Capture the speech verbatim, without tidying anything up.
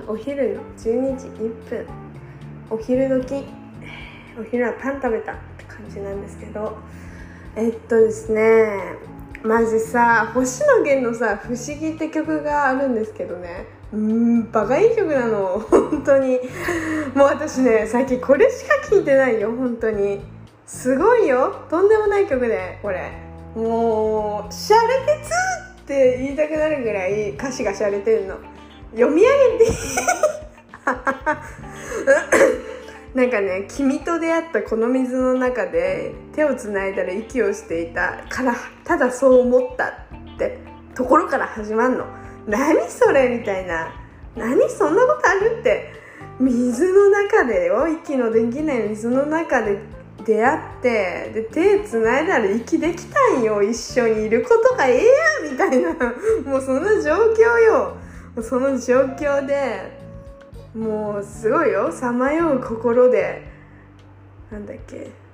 お昼のじゅうにじいっぷん、お昼時、お昼はパン食べたって感じなんですけど、えっとですねマジさ、星野源のさ不思議って曲があるんですけどね、うーんバカいい曲なの本当に。もう私ね最近これしか聴いてないよ、本当にすごいよ、とんでもない曲で、これもうシャレてつって言いたくなるぐらい歌詞がシャレてるの。読み上げてなんかね、君と出会ったこの水の中で手をつないだら息をしていたからただそう思ったってところから始まるの。何それみたいな、何そんなことあるって、水の中でよ、息のできない水の中で出会ってで手つないだら息できたんよ、一緒にいることがええやんみたいなもうその状況よ、もうその状況でもうすごいよ、さまよう心でなんだっけ